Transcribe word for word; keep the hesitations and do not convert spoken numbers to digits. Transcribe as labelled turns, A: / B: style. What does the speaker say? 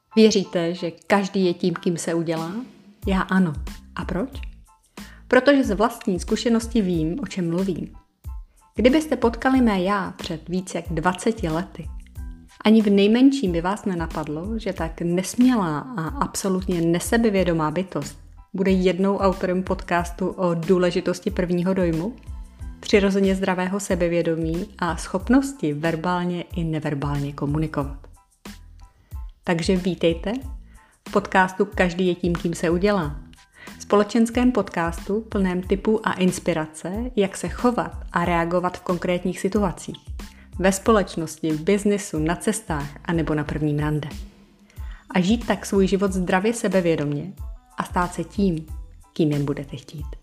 A: Věříte, že každý je tím, kým se udělá? Já ano. A proč? Protože z vlastní zkušenosti vím, o čem mluvím. Kdybyste potkali mé já před víc jak dvaceti lety, ani v nejmenším by vás nenapadlo, že tak nesmělá a absolutně nesebevědomá bytost bude jednou autorem podcastu o důležitosti prvního dojmu, přirozeně zdravého sebevědomí a schopnosti verbálně i neverbálně komunikovat. Takže vítejte v podcastu Každý je tím, kým se udělá. Společenském podcastu plném tipů a inspirace, jak se chovat a reagovat v konkrétních situacích. Ve společnosti, v biznisu, na cestách a nebo na prvním rande. A žít tak svůj život zdravě sebevědomě a stát se tím, kým jen budete chtít.